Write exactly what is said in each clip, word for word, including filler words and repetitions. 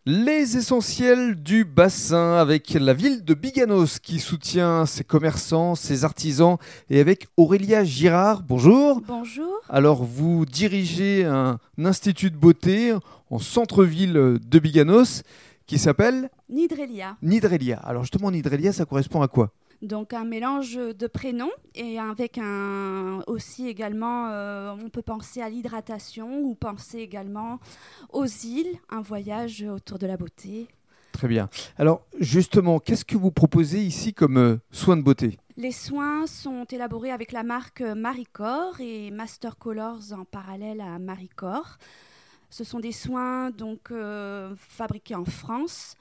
Les essentiels du bassin avec la ville de Biganos qui soutient ses commerçants, ses artisans et avec Aurélia Girard. Bonjour. Bonjour. Alors vous dirigez un institut de beauté en centre-ville de Biganos qui s'appelle Nidrelia. Nidrelia. Alors justement Nidrelia, ça correspond à quoi ? Donc un mélange de prénoms et avec un aussi également, euh, on peut penser à l'hydratation ou penser également aux îles, un voyage autour de la beauté. Très bien. Alors justement, qu'est-ce que vous proposez ici comme euh, soins de beauté ? Les soins sont élaborés avec la marque Maricor et Master Colors en parallèle à Maricor. Ce sont des soins donc euh, fabriqués en France.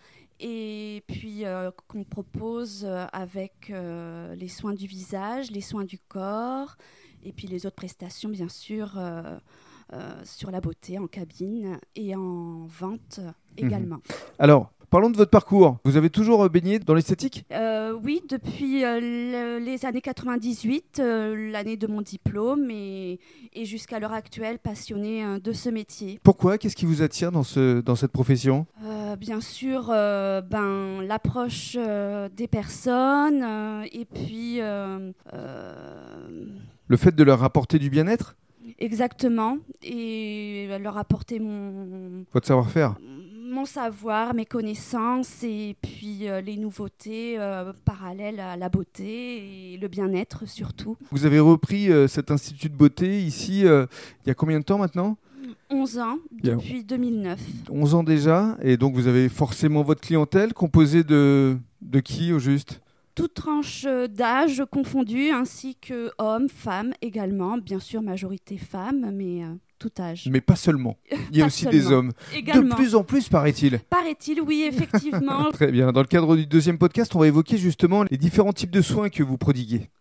Et puis euh, qu'on propose avec euh, les soins du visage, les soins du corps, et puis les autres prestations, bien sûr, euh, euh, sur la beauté, en cabine et en vente également. Mmh. Alors, parlons de votre parcours. Vous avez toujours baigné dans l'esthétique ? euh, Oui, depuis euh, le, les années quatre-vingt-dix-huit, euh, l'année de mon diplôme, et, et jusqu'à l'heure actuelle, passionnée euh, de ce métier. Pourquoi ? Qu'est-ce qui vous attire dans, ce, dans cette profession ? Euh, bien sûr, euh, ben, l'approche euh, des personnes euh, et puis... Euh, euh, Le fait de leur apporter du bien-être ? Exactement, et leur apporter mon... Votre savoir-faire ? Mon savoir, mes connaissances et puis euh, les nouveautés euh, parallèles à la beauté et le bien-être surtout. Vous avez repris euh, cet institut de beauté ici euh, il y a combien de temps maintenant ? onze ans, depuis deux mille neuf. onze ans déjà, et donc vous avez forcément votre clientèle composée de, de qui au juste ? Toutes tranches d'âge confondues, ainsi que hommes, femmes également, bien sûr majorité femmes, mais euh, tout âge. Mais pas seulement, il y a Pas aussi seulement. des hommes. Également. De plus en plus, paraît-il. Paraît-il, oui, effectivement. Très bien, dans le cadre du deuxième podcast, on va évoquer justement les différents types de soins que vous prodiguez.